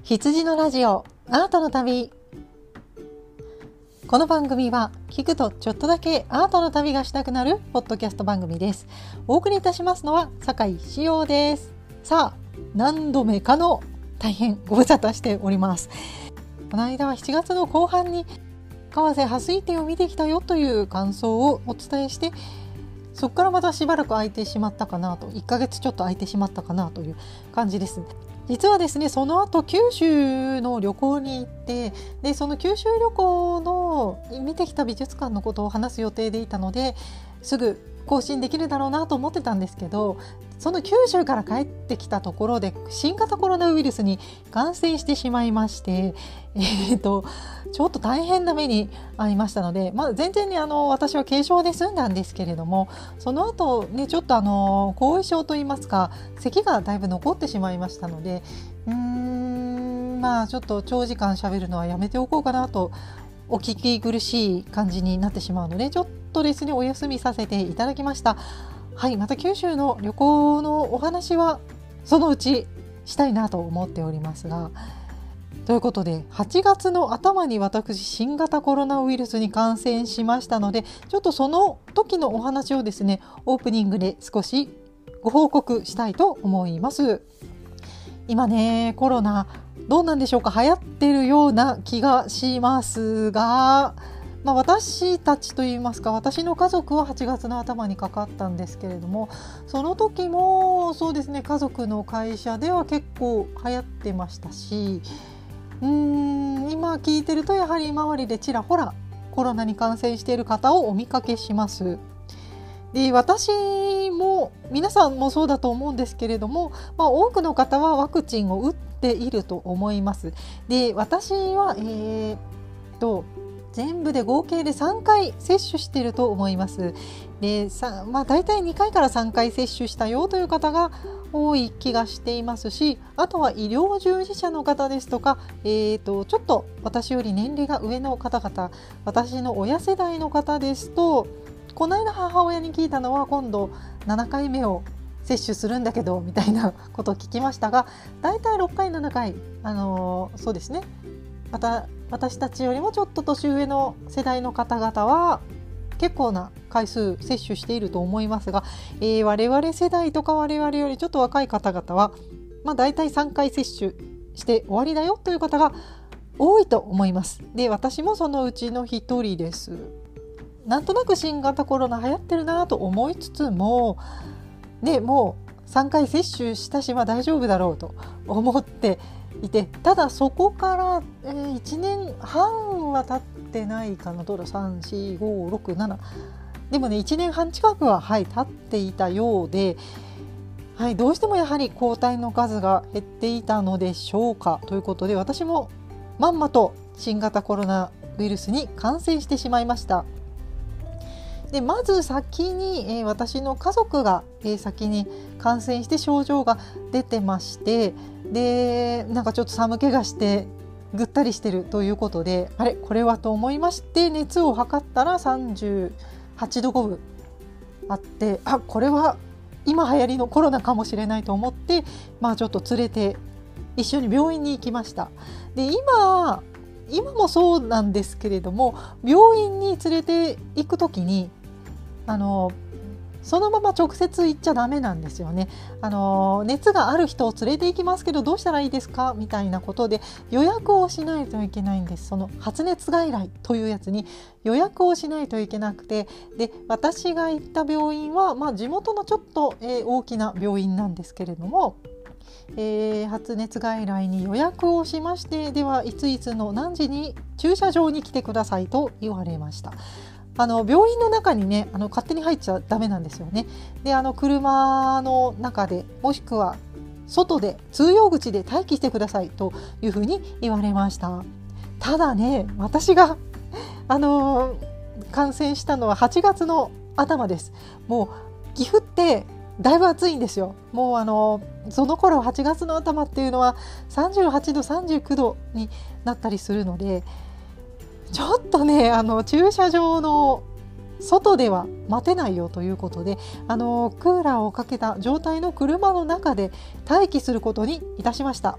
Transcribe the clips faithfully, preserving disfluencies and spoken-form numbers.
羊のラジオアートの旅。この番組は聞くとちょっとだけアートの旅がしたくなるポッドキャスト番組です。お送りいたしますのは酒井志陽です。さあ、何度目かの大変ご無沙汰しております。この間はしちがつの後半に川瀬波水展を見てきたよという感想をお伝えして、そこからまたしばらく空いてしまったかなと、いっかげつちょっと空いてしまったかなという感じです。実はですね、その後九州の旅行に行って、でその九州旅行の見てきた美術館のことを話す予定でいたので、すぐ更新できるだろうなと思ってたんですけど、その九州から帰ってきたところで新型コロナウイルスに感染してしまいまして、えー、とちょっと大変な目に遭いましたので、まあ、全然ねあの私は軽症で済んだんですけれども、その後ねちょっとあの後遺症といいますか、咳がだいぶ残ってしまいましたので、うーんまあちょっと長時間喋るのはやめておこうかなと、お聞き苦しい感じになってしまうので、ちょっとですねお休みさせていただきました。はい、また九州の旅行のお話はそのうちしたいなと思っておりますが、ということではちがつの頭に私新型コロナウイルスに感染しましたので、ちょっとその時のお話をですねオープニングで少しご報告したいと思います。今ねコロナどうなんでしょうか、流行ってるような気がしますが、まあ、私たちといいますか、私の家族ははちがつの頭にかかったんですけれども、その時もそうですね、家族の会社では結構流行ってましたし、うーん今聞いてるとやはり周りでちらほらコロナに感染している方をお見かけします。で私も皆さんもそうだと思うんですけれども、まあ、多くの方はワクチンを打っていると思います。で私は、えー、と全部で合計でさんかい接種していると思います。でさ、まあ、大体にかいからさんかい接種したよという方が多い気がしていますし、あとは医療従事者の方ですとか、えー、とちょっと私より年齢が上の方々、私の親世代の方ですと、この間母親に聞いたのは今度ななかいめを接種するんだけどみたいなことを聞きましたが、だいたいろっかいななかい、あのー、そうですね、また私たちよりもちょっと年上の世代の方々は結構な回数接種していると思いますが、えー、我々世代とか我々よりちょっと若い方々は、まあ、だいたいさんかい接種して終わりだよという方が多いと思います。で私もそのうちの一人です。なんとなく新型コロナ流行ってるなと思いつつも、ね、もうさんかい接種したし、まあ、大丈夫だろうと思っていて、ただそこから、えー、いちねんはんは経ってないかな、どうださん、よん、ご、ろく、ななでもねいちねんはん近くは、はい、経っていたようで、はい、どうしてもやはり抗体の数が減っていたのでしょうかということで、私もまんまと新型コロナウイルスに感染してしまいました。でまず先に、えー、私の家族が、えー、先に感染して症状が出てまして、でなんかちょっと寒気がしてぐったりしてるということで、あれこれはと思いまして熱を測ったらさんじゅうはちどごぶあって、あこれは今流行りのコロナかもしれないと思って、まあ、ちょっと連れて一緒に病院に行きました。で今今もそうなんですけれども、病院に連れて行くときにあのそのまま直接行っちゃダメなんですよね。あの熱がある人を連れて行きますけどどうしたらいいですかみたいなことで予約をしないといけないんです。その発熱外来というやつに予約をしないといけなくて、で私が行った病院は、まあ、地元のちょっと、えー、大きな病院なんですけれども、えー、発熱外来に予約をしまして、ではいついつの何時に駐車場に来てくださいと言われました。あの病院の中にねあの勝手に入っちゃダメなんですよね。であの車の中でもしくは外で通用口で待機してくださいというふうに言われました。ただね私があの感染したのははちがつの頭です。もう岐阜ってだいぶ暑いんですよ。もうあのその頃はちがつの頭っていうのはさんじゅうはちどさんじゅうきゅうどになったりするので、ちょっとねあの駐車場の外では待てないよということで、あのクーラーをかけた状態の車の中で待機することにいたしました。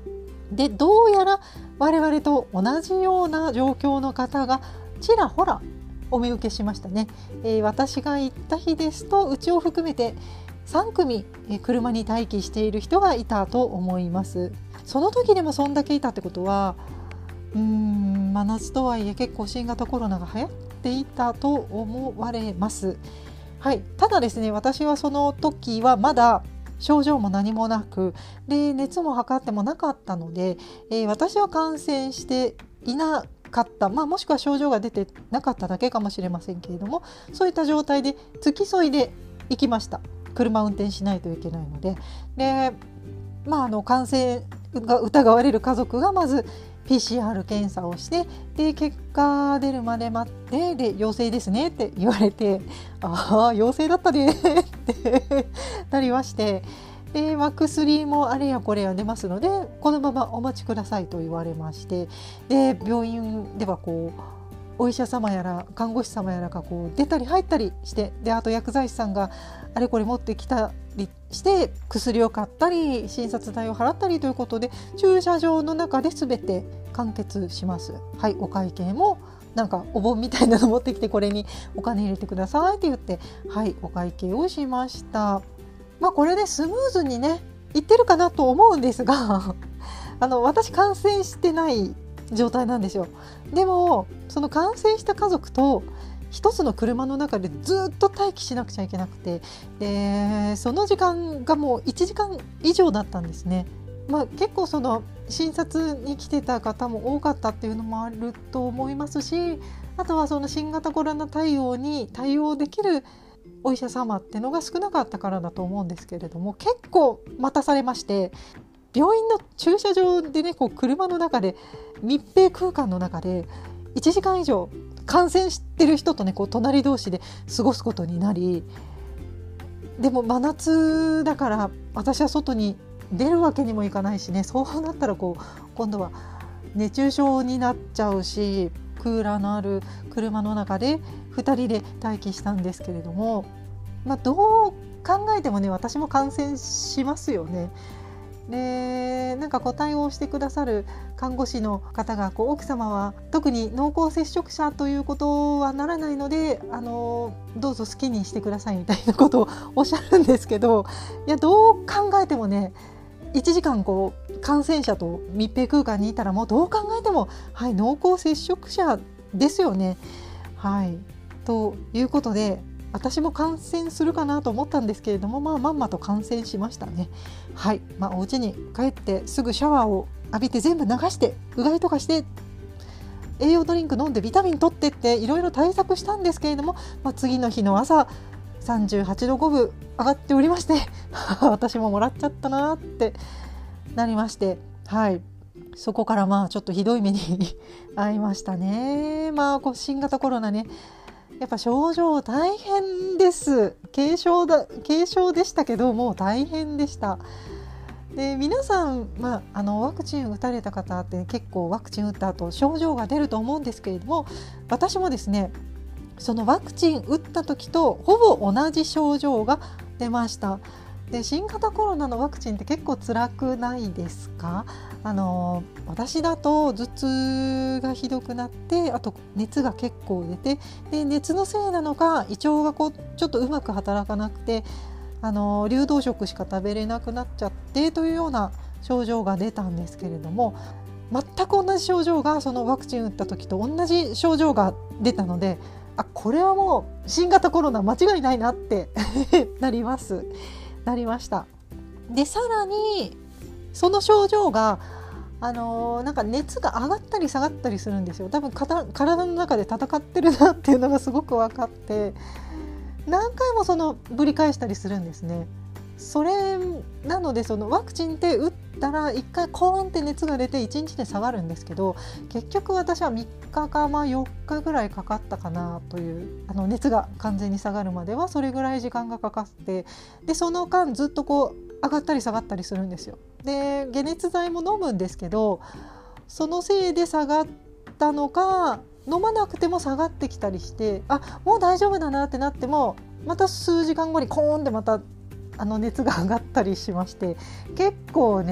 でどうやら我々と同じような状況の方がちらほらお見受けしましたね。えー、私が行った日ですとうちを含めてさん組、えー、車に待機している人がいたと思います。その時でもそんだけいたってことはうーん真夏とはいえ結構新型コロナが流行っていたと思われます。はい、ただですね、私はその時はまだ症状も何もなくで熱も測ってもなかったので、えー、私は感染していなかった、まあ、もしくは症状が出てなかっただけかもしれませんけれども、そういった状態で付き添いで行きました。車運転しないといけないので、で、まあ、あの感染が疑われる家族がまず ピーシーアール 検査をしてで結果出るまで待ってで陽性ですねって言われて、ああ陽性だったねってなりまして、で、まあ、薬もあれやこれや出ますのでこのままお待ちくださいと言われまして、で病院ではこうお医者様やら看護師様やらがこう出たり入ったりして、であと薬剤師さんがあれこれ持ってきたりして薬を買ったり診察代を払ったりということで駐車場の中で全て完結します。はい、お会計もなんかお盆みたいなの持ってきてこれにお金入れてくださいって言ってはいお会計をしました。まあこれでスムーズにねいってるかなと思うんですがあの私感染してない状態なんですよ。でもその感染した家族と一つの車の中でずっと待機しなくちゃいけなくて、でその時間がもういちじかん以上だったんですね。まあ、結構その診察に来てた方も多かったっていうのもあると思いますし、あとはその新型コロナ対応に対応できるお医者様っていうのが少なかったからだと思うんですけれども、結構待たされまして、病院の駐車場でねこう車の中で密閉空間の中でいちじかん以上感染してる人とねこう隣同士で過ごすことになり、でも真夏だから私は外に出るわけにもいかないしね、そうなったらこう今度は熱中症になっちゃうし、クーラーのある車の中でふたりで待機したんですけれども、まあ、どう考えてもね私も感染しますよね。でなんかこう対応してくださる看護師の方がこう奥様は特に濃厚接触者ということはならないのであのどうぞ好きにしてくださいみたいなことをおっしゃるんですけど、いやどう考えてもねいちじかんこう感染者と密閉空間にいたらもうどう考えても、はい、濃厚接触者ですよね。はい、ということで私も感染するかなと思ったんですけれども、まあ、まんまと感染しましたね。はい、まあ、お家に帰ってすぐシャワーを浴びて全部流してうがいとかして栄養ドリンク飲んでビタミン取ってっていろいろ対策したんですけれども、まあ、次の日の朝さんじゅうはちどごぶ上がっておりまして私ももらっちゃったなってなりまして、はい、そこからまあちょっとひどい目に遭いましたね。まあこう新型コロナねやっぱ症状大変です。軽症だ軽症でしたけどもう大変でした。で皆さん、まあ、あのワクチン打たれた方って結構ワクチン打った後症状が出ると思うんですけれども、私もですねそのワクチン打った時とほぼ同じ症状が出ました。で新型コロナのワクチンって結構辛くないですか？あの私だと頭痛がひどくなってあと熱が結構出てで熱のせいなのか胃腸がこうちょっとうまく働かなくてあの流動食しか食べれなくなっちゃってというような症状が出たんですけれども、全く同じ症状がそのワクチン打った時と同じ症状が出たので、あこれはもう新型コロナ間違いないなってなりますなりました。でさらにその症状があのー、なんか熱が上がったり下がったりするんですよ。多分体の中で戦ってるなっていうのがすごく分かって何回もそのぶり返したりするんですね。それなのでそのワクチンって打ったらいっかいコーンって熱が出ていちにちで下がるんですけど、結局私はみっかかまあよっかぐらいかかったかなという、あの熱が完全に下がるまではそれぐらい時間がかかって、でその間ずっとこう上がったり下がったりするんですよ。で解熱剤も飲むんですけどそのせいで下がったのか飲まなくても下がってきたりして、あもう大丈夫だなってなってもまた数時間後にコーンでまたあの熱が上がったりしまして、結構ね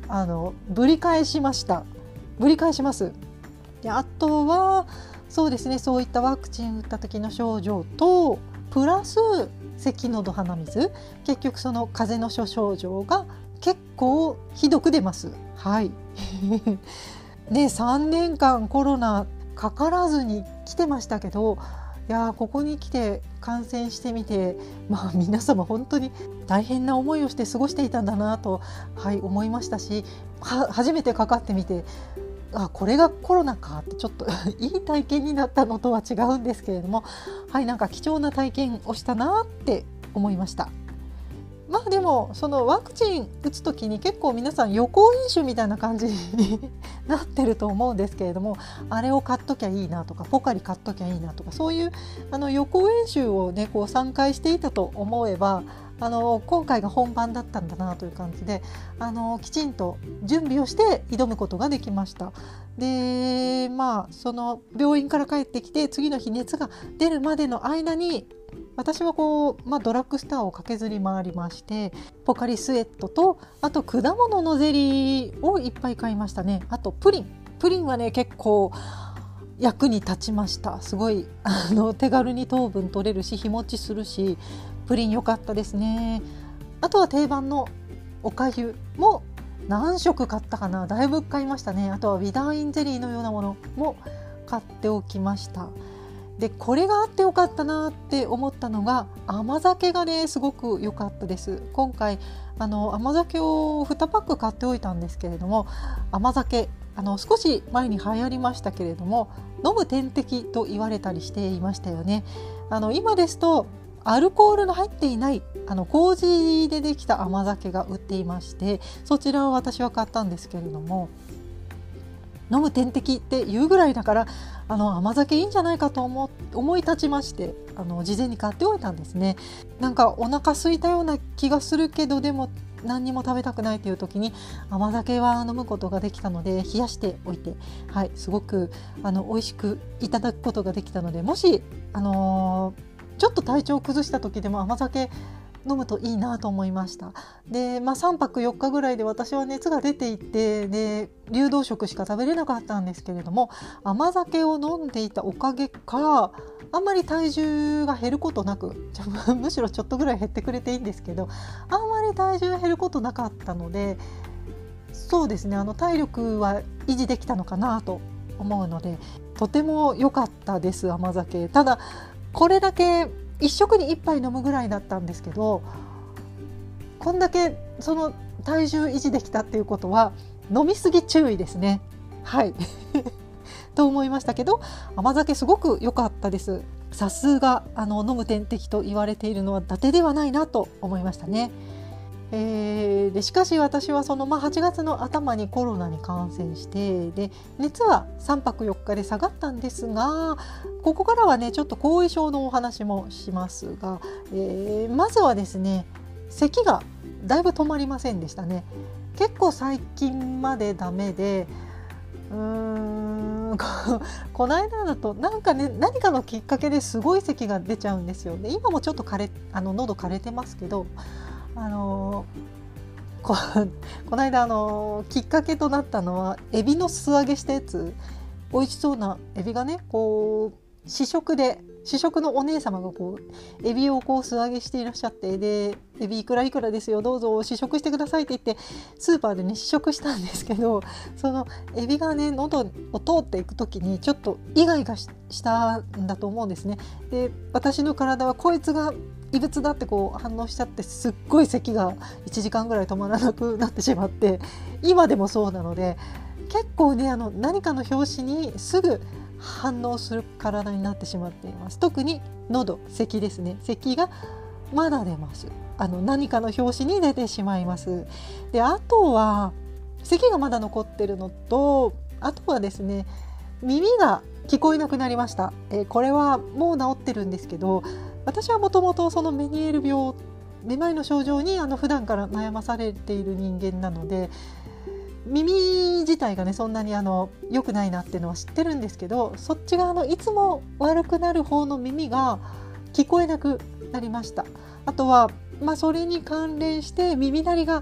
あのぶり返しました。ぶり返します。であとはそうですね、そういったワクチン打った時の症状とプラス咳、のど、鼻水、結局その風邪の諸症状が結構ひどく出ます。はいね、さんねんかんコロナかからずに来てましたけど、いやここに来て感染してみて、まあ、皆様本当に大変な思いをして過ごしていたんだなと、はい、思いましたし、は初めてかかってみて、あこれがコロナかってちょっといい体験になったのとは違うんですけれども、はい、なんか貴重な体験をしたなって思いました。まあでもそのワクチン打つ時に結構皆さん予行演習みたいな感じになってると思うんですけれども、あれを買っときゃいいなとかポカリ買っときゃいいなとか、そういうあの予行演習をねこうさんかいしていたと思えば、あの今回が本番だったんだなという感じで、あのきちんと準備をして挑むことができました。でまあその病院から帰ってきて次の日熱が出るまでの間に、私はこう、まあ、ドラッグストアを駆けずり回りまして、ポカリスエットとあと果物のゼリーをいっぱい買いましたね。あとプリンプリンはね結構役に立ちました。すごいあの手軽に糖分取れるし日持ちするし、プリン良かったですね。あとは定番のおかゆも何食買ったかな、だいぶ買いましたね。あとはウィダーインゼリーのようなものも買っておきました。でこれがあってよかったなって思ったのが甘酒がねすごく良かったです。今回あの甘酒をにパック買っておいたんですけれども、甘酒あの少し前に流行りましたけれども、飲む点滴と言われたりしていましたよね。あの今ですとアルコールの入っていないあの麹でできた甘酒が売っていまして、そちらを私は買ったんですけれども、飲む点滴っていうぐらいだからあの甘酒いいんじゃないかと 思, 思い立ちまして、あの事前に買っておいたんですね。なんかお腹空いたような気がするけど、でも何にも食べたくないという時に甘酒は飲むことができたので、冷やしておいて、はい、すごくあの美味しくいただくことができたので、もし、あのー、ちょっと体調を崩した時でも甘酒飲むといいなと思いました。で、まあ、さんぱくよっかぐらいで私は熱が出ていて、で流動食しか食べれなかったんですけれども、甘酒を飲んでいたおかげかあんまり体重が減ることなく、むしろちょっとぐらい減ってくれていいんですけど、あんまり体重減ることなかったので、そうですね、あの体力は維持できたのかなと思うので、とても良かったです。甘酒、ただこれだけいっ食にいっぱい飲むぐらいだったんですけど、こんだけその体重維持できたっていうことは飲みすぎ注意ですね。はいと思いましたけど、甘酒すごく良かったです。さすがあの飲む点滴と言われているのは伊達ではないなと思いましたね。えー、でしかし私はその、まあ、はちがつの頭にコロナに感染して、で熱はさんぱくよっかで下がったんですが、ここからはねちょっと後遺症のお話もしますが、えー、まずはですね、咳がだいぶ止まりませんでしたね。結構最近までダメで、うーんこの間だとなんかね、何かのきっかけですごい咳が出ちゃうんですよ。で今もちょっと枯れあの喉枯れてますけど、あのー、こ, この間、あのー、きっかけとなったのはエビの素揚げしたやつ、美味しそうなエビがね、こう試食で試食のお姉様がこうエビをこう素揚げしていらっしゃって、でエビいくらいくらですよ、どうぞ試食してくださいって言ってスーパーでね試食したんですけど、そのエビがね喉を通っていく時にちょっとイガイガしたんだと思うんですね。で私の体はこいつが異物だってこう反応しちゃって、すっごい咳がいちじかんぐらい止まらなくなってしまって、今でもそうなので、結構ねあの何かの拍子にすぐ反応する体になってしまっています。特に喉、咳ですね。咳がまだ出ます。あの何かの拍子に出てしまいます。であとは咳がまだ残ってるのと、あとはですね、耳が聞こえなくなりました。えー、これはもう治ってるんですけど、私はもともとそのメニエール病、めまいの症状にあの普段から悩まされている人間なので、耳自体がねそんなにあの良くないなっていうのは知ってるんですけど、そっち側のいつも悪くなる方の耳が聞こえなくなりました。あとは、まあ、それに関連して耳鳴りが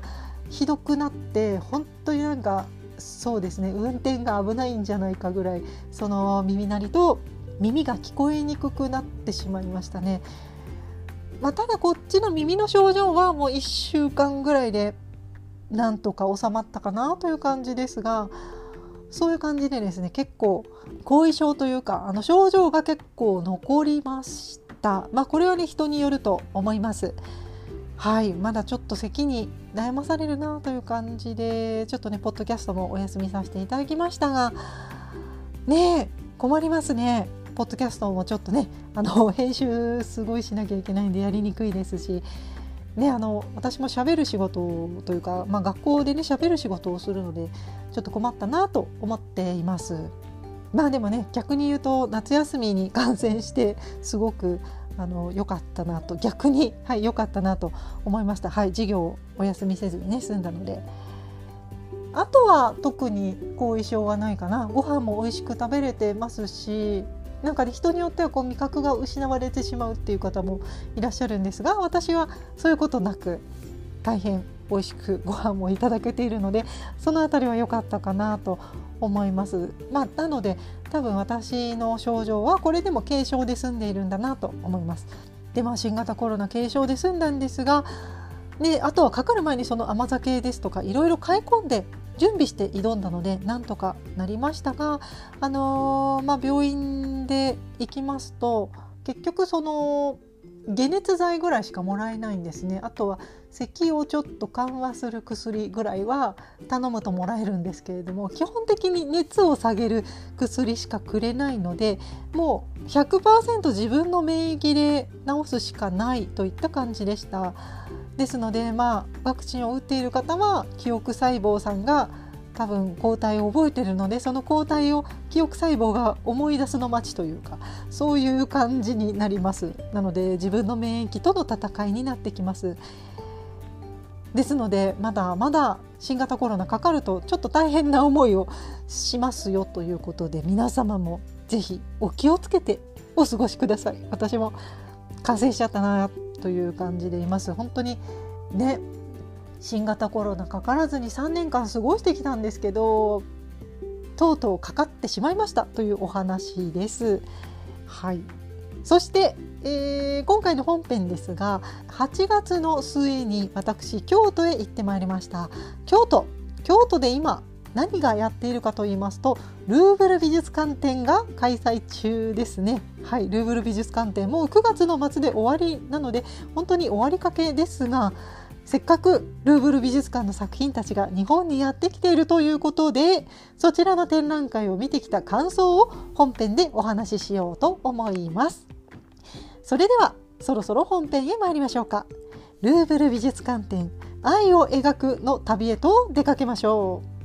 ひどくなって、本当になんかそうですね、運転が危ないんじゃないかぐらい、その耳鳴りと耳が聞こえにくくなってしまいましたね。まあ、ただこっちの耳の症状はもういっしゅうかんぐらいでなんとか収まったかなという感じですが、そういう感じでですね、結構後遺症というか、あの症状が結構残りました。まあこれはね、人によると思います。はい、まだちょっと咳に悩まされるなという感じで、ちょっとねポッドキャストもお休みさせていただきましたがねえ、困りますね。ポッドキャストもちょっとね、あの編集すごいしなきゃいけないんでやりにくいですしね、あの私も喋る仕事というか、まあ、学校でね喋る仕事をするのでちょっと困ったなと思っています。まあでもね、逆に言うと夏休みに感染してすごくあの良かったなと、逆にはい良かったなと思いました。はい、授業をお休みせずにね済んだので、あとは特に後遺症はないかな。ご飯も美味しく食べれてますし、なんかね、人によってはこう味覚が失われてしまうっていう方もいらっしゃるんですが、私はそういうことなく大変美味しくご飯もいただけているので、そのあたりは良かったかなと思います。まあ、なので多分私の症状はこれでも軽症で済んでいるんだなと思います。で、まあ、新型コロナ軽症で済んだんですが、であとはかかる前にその甘酒ですとかいろいろ買い込んで準備して挑んだのでなんとかなりましたが、あのーまあ、病院で行きますと結局その解熱剤ぐらいしかもらえないんですね。あとは咳をちょっと緩和する薬ぐらいは頼むともらえるんですけれども、基本的に熱を下げる薬しかくれないので、もう ひゃくパーセント 自分の免疫で治すしかないといった感じでした。ですので、まあ、ワクチンを打っている方は記憶細胞さんが多分抗体を覚えているので、その抗体を記憶細胞が思い出すの待ちというか、そういう感じになります。なので自分の免疫との戦いになってきます。ですのでまだまだ新型コロナかかるとちょっと大変な思いをしますよということで、皆様もぜひお気をつけてお過ごしください。私も感染しちゃったなという感じでいます。本当にね、新型コロナかからずにさんねんかん過ごしてきたんですけど、とうとうかかってしまいましたというお話です。はい、そして、えー、今回の本編ですが、はちがつの末に私京都へ行ってまいりました。京都京都で今何がやっているかと言いますと、ルーブル美術館展が開催中ですね。はい、ルーブル美術館展もうくがつの末で終わりなので本当に終わりかけですが、せっかくルーブル美術館の作品たちが日本にやってきているということで、そちらの展覧会を見てきた感想を本編でお話ししようと思います。それではそろそろ本編へ参りましょうか。ルーブル美術館展愛を描くの旅へと出かけましょう。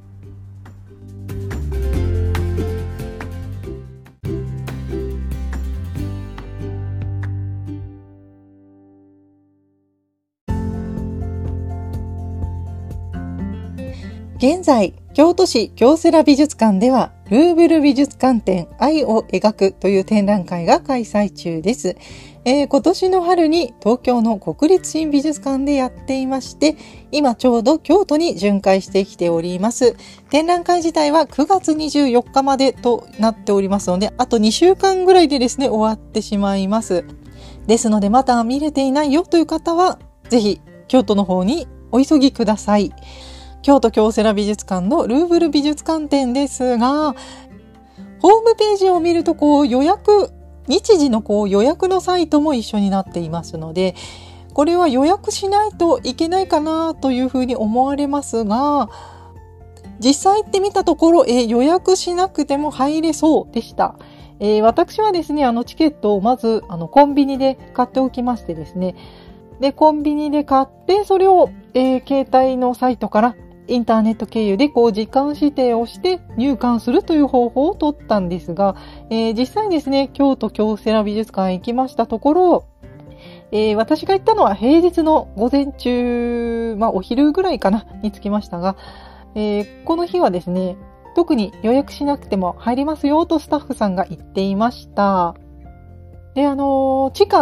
現在、京都市京セラ美術館ではルーブル美術館展愛を描くという展覧会が開催中です。えー、今年の春に東京の国立新美術館でやっていまして、今ちょうど京都に巡回してきております。展覧会自体はくがつにじゅうよっかまでとなっておりますので、あとにしゅうかんぐらいでですね終わってしまいます。ですのでまだ見れていないよという方はぜひ京都の方にお急ぎください。京都京セラ美術館のルーブル美術館展ですが、ホームページを見るとこう予約、日時のこう予約のサイトも一緒になっていますので、これは予約しないといけないかなというふうに思われますが、実際行ってみたところ、え予約しなくても入れそうでした。えー、私はですね、あのチケットをまずあのコンビニで買っておきましてですね、でコンビニで買ってそれを、えー、携帯のサイトからインターネット経由でこう時間指定をして入館するという方法を取ったんですが、えー、実際ですね、京都京セラ美術館へ行きましたところ、えー、私が行ったのは平日の午前中、まあお昼ぐらいかなに着きましたが、えー、この日はですね、特に予約しなくても入りますよとスタッフさんが言っていました。で、あのー、地下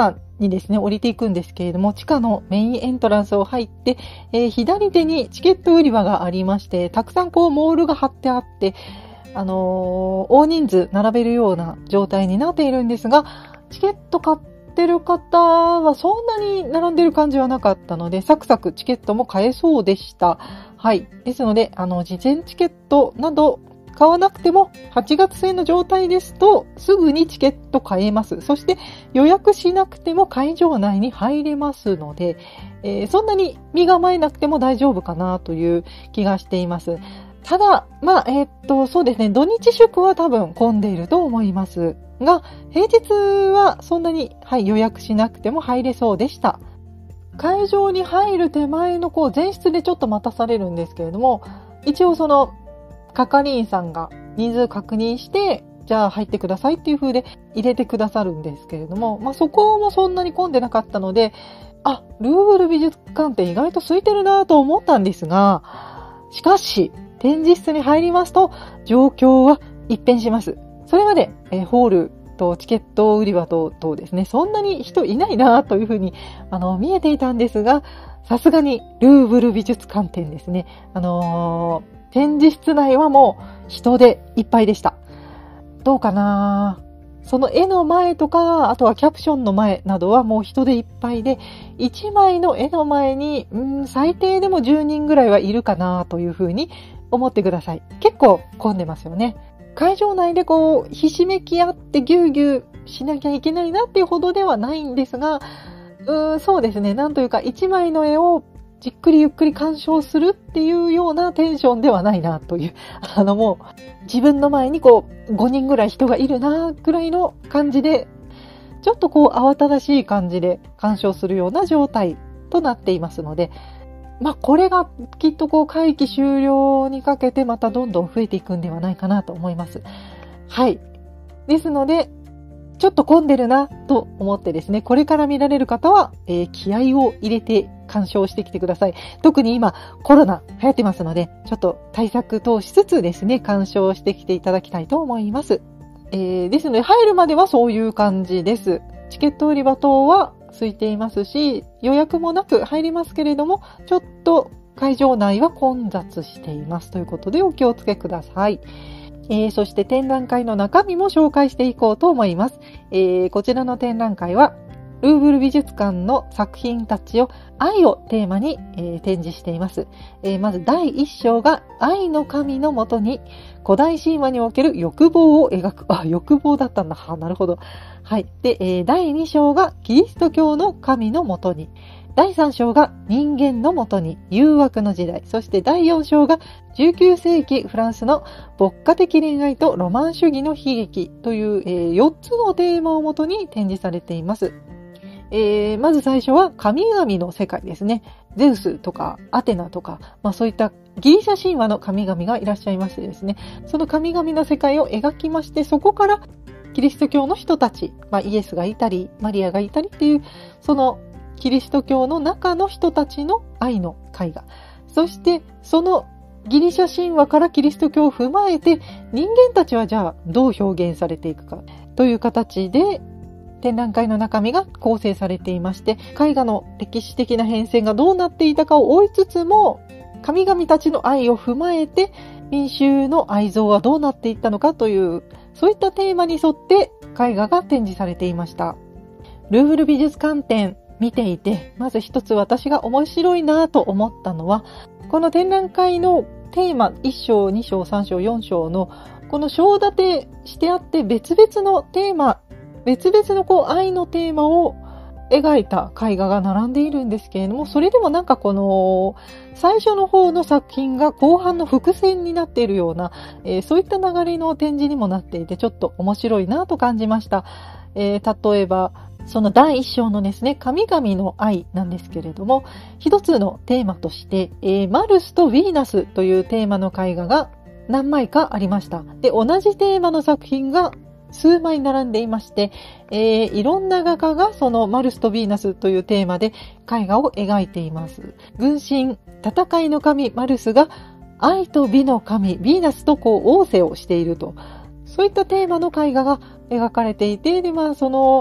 にですね、降りていくんですけれども、地下のメインエントランスを入って、えー、左手にチケット売り場がありまして、たくさんこうモールが貼ってあって、あのー、大人数並べるような状態になっているんですが、チケット買ってる方はそんなに並んでる感じはなかったので、サクサクチケットも買えそうでした。はい。ですので、あの、事前チケットなど買わなくてもはちがつ製の状態ですとすぐにチケット買えます。そして予約しなくても会場内に入れますので、えー、そんなに身構えなくても大丈夫かなという気がしています。ただ、まあ、えー、っと、そうですね、土日祝は多分混んでいると思いますが、平日はそんなに、はい、予約しなくても入れそうでした。会場に入る手前のこう前室でちょっと待たされるんですけれども、一応その係員さんが人数確認して、じゃあ入ってくださいっていう風で入れてくださるんですけれども、まあそこもそんなに混んでなかったので、あ、ルーブル美術館って意外と空いてるなと思ったんですが、しかし展示室に入りますと状況は一変します。それまで、えー、ホールとチケット売り場と、とですね、そんなに人いないなという風にあの見えていたんですが、さすがにルーブル美術館展ですね。あのー展示室内はもう人でいっぱいでした。どうかな？その絵の前とか、あとはキャプションの前などはもう人でいっぱいで、いちまいの絵の前に、うん、最低でもじゅうにんぐらいはいるかなというふうに思ってください。結構混んでますよね。会場内でこう、ひしめき合ってギューギューしなきゃいけないなっていうほどではないんですが、うーん、そうですね。なんというかいちまいの絵をじっくりゆっくり鑑賞するっていうようなテンションではないなという、あのもう自分の前にこうごにんぐらい人がいるなぐらいの感じで、ちょっとこう慌ただしい感じで鑑賞するような状態となっていますので、まあこれがきっとこう会期終了にかけてまたどんどん増えていくんではないかなと思います。はい。ですので、ちょっと混んでるなと思ってですね、これから見られる方は、えー、気合を入れて鑑賞してきてください。特に今コロナ流行ってますので、ちょっと対策等しつつですね、鑑賞してきていただきたいと思います。えー、ですので入るまではそういう感じです。チケット売り場等は空いていますし、予約もなく入りますけれども、ちょっと会場内は混雑していますということでお気をつけください。えー、そして展覧会の中身も紹介していこうと思います。えー、こちらの展覧会はルーブル美術館の作品たちを愛をテーマに、えー、展示しています。えー、まずだいいっ章が愛の神のもとに古代神話における欲望を描く。あ、欲望だったんだ。は、なるほど。はい。で、えー、だいに章がキリスト教の神のもとに。だいさん章が人間のもとに誘惑の時代。そしてだいよん章がじゅうきゅう世紀フランスの牧歌的恋愛とロマン主義の悲劇という、えー、よっつのテーマをもとに展示されています。えー、まず最初は神々の世界ですね。ゼウスとかアテナとか、まあそういったギリシャ神話の神々がいらっしゃいましてですね、その神々の世界を描きまして、そこからキリスト教の人たち、まあイエスがいたり、マリアがいたりっていう、そのキリスト教の中の人たちの愛の絵画。そしてそのギリシャ神話からキリスト教を踏まえて、人間たちはじゃあどう表現されていくかという形で、展覧会の中身が構成されていまして、絵画の歴史的な変遷がどうなっていたかを追いつつも、神々たちの愛を踏まえて、民衆の愛憎はどうなっていったのかという、そういったテーマに沿って絵画が展示されていました。ルーブル美術館展見ていて、まず一つ私が面白いなと思ったのは、この展覧会のテーマいっ章、に章、さん章、よん章のこの章立てしてあって別々のテーマ、別々のこう愛のテーマを描いた絵画が並んでいるんですけれども、それでもなんかこの最初の方の作品が後半の伏線になっているような、えー、そういった流れの展示にもなっていてちょっと面白いなと感じました。えー、例えばそのだいいっ章のですね、神々の愛なんですけれども、一つのテーマとして、えー、マルスとヴィーナスというテーマの絵画が何枚かありました。で、同じテーマの作品が数枚並んでいまして、えー、いろんな画家がそのマルスとヴィーナスというテーマで絵画を描いています。軍神、戦いの神マルスが愛と美の神ヴィーナスとこう仰せをしていると。そういったテーマの絵画が描かれていて、で、まあその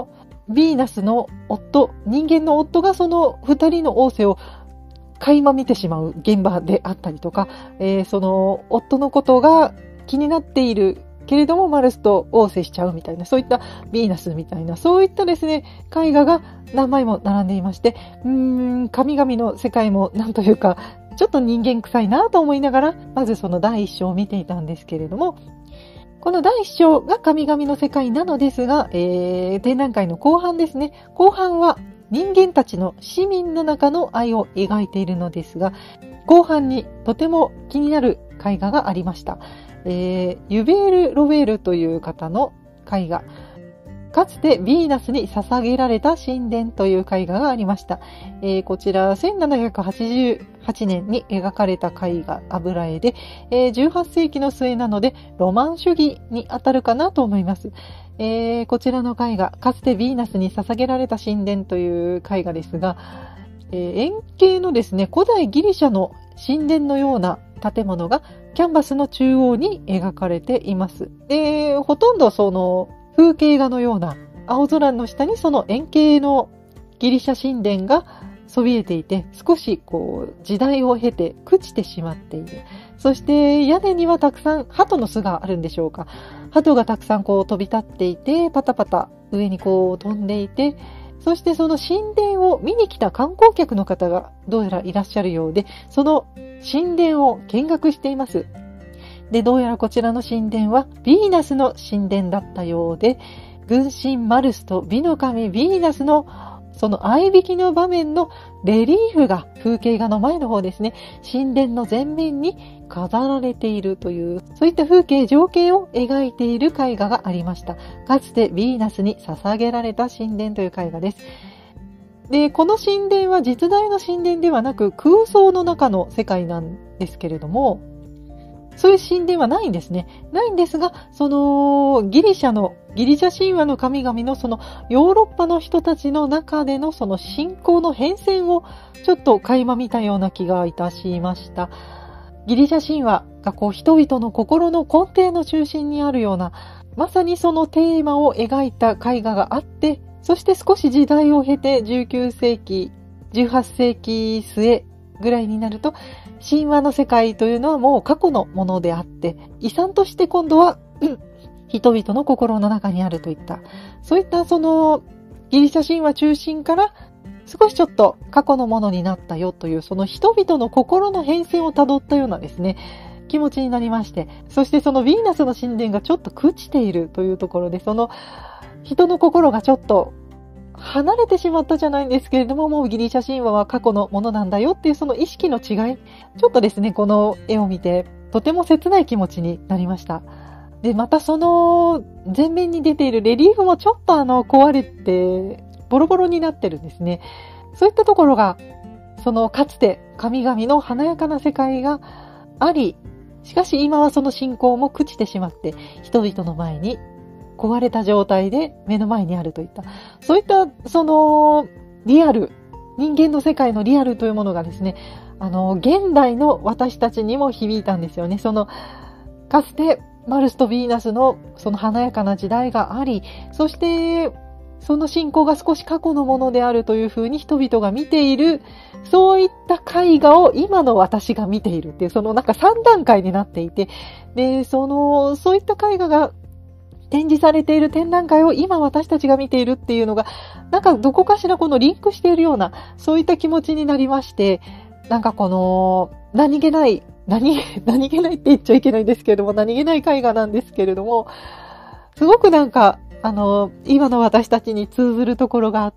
ヴィーナスの夫、人間の夫がその二人の王政を垣間見てしまう現場であったりとか、えー、その夫のことが気になっているけれどもマルスと王政しちゃうみたいな、そういったヴィーナスみたいな、そういったですね、絵画が何枚も並んでいまして、うーん、神々の世界もなんというか、ちょっと人間臭いなと思いながら、まずその第一章を見ていたんですけれども、この第一章が神々の世界なのですが、えー、展覧会の後半ですね。後半は人間たちの市民の中の愛を描いているのですが、後半にとても気になる絵画がありました。えー、ユベール・ロベールという方の絵画。かつてヴィーナスに捧げられた神殿という絵画がありました。えー、こちらせんななひゃくはちじゅうはちねんに描かれた絵画、油絵で、えー、じゅうはっせいきの末なのでロマン主義に当たるかなと思います。えー、こちらの絵画、かつてヴィーナスに捧げられた神殿という絵画ですが、えー、円形のですね、古代ギリシャの神殿のような建物がキャンバスの中央に描かれています。で、ほとんどその風景画のような青空の下にその円形のギリシャ神殿がそびえていて、少しこう時代を経て朽ちてしまっている。そして屋根にはたくさん鳩の巣があるんでしょうか。鳩がたくさんこう飛び立っていて、パタパタ上にこう飛んでいて、そしてその神殿を見に来た観光客の方がどうやらいらっしゃるようで、その神殿を見学しています。で、どうやらこちらの神殿はヴィーナスの神殿だったようで、軍神マルスと美の神ヴィーナスのその相引きの場面のレリーフが風景画の前の方ですね、神殿の前面に飾られているという、そういった風景情景を描いている絵画がありました。かつてヴィーナスに捧げられた神殿という絵画です。で、この神殿は実在の神殿ではなく空想の中の世界なんですけれども、そういう神殿はないんですね。ないんですが、そのギリシャの、ギリシャ神話の神々のそのヨーロッパの人たちの中でのその信仰の変遷をちょっと垣間見たような気がいたしました。ギリシャ神話がこう人々の心の根底の中心にあるような、まさにそのテーマを描いた絵画があって、そして少し時代を経てじゅうきゅうせいき、じゅうはっせいき末ぐらいになると、神話の世界というのはもう過去のものであって、遺産として今度は、うん、人々の心の中にあるといった、そういったそのギリシャ神話中心から少しちょっと過去のものになったよという、その人々の心の変遷をたどったようなですね、気持ちになりまして、そしてそのヴィーナスの神殿がちょっと朽ちているというところで、その人の心がちょっと離れてしまったじゃないんですけれども、もうギリシャ神話は過去のものなんだよっていうその意識の違い、ちょっとですね、この絵を見てとても切ない気持ちになりました。で、またその前面に出ているレリーフもちょっとあの壊れてボロボロになってるんですね。そういったところが、そのかつて神々の華やかな世界があり、しかし今はその信仰も朽ちてしまって人々の前に壊れた状態で目の前にあるといった、そういったそのリアル、人間の世界のリアルというものがですね、あの現代の私たちにも響いたんですよね。そのかつてマルスとヴィーナスのその華やかな時代があり、そしてその信仰が少し過去のものであるというふうに人々が見ている、そういった絵画を今の私が見ているっていう、そのなんかさんだんかいになっていて、で、そのそういった絵画が展示されている展覧会を今私たちが見ているっていうのが、なんかどこかしらこのリンクしているような、そういった気持ちになりまして、なんかこの何気ない、何、何気ないって言っちゃいけないんですけれども、何気ない絵画なんですけれども、すごくなんか、あの、今の私たちに通ずるところがあって、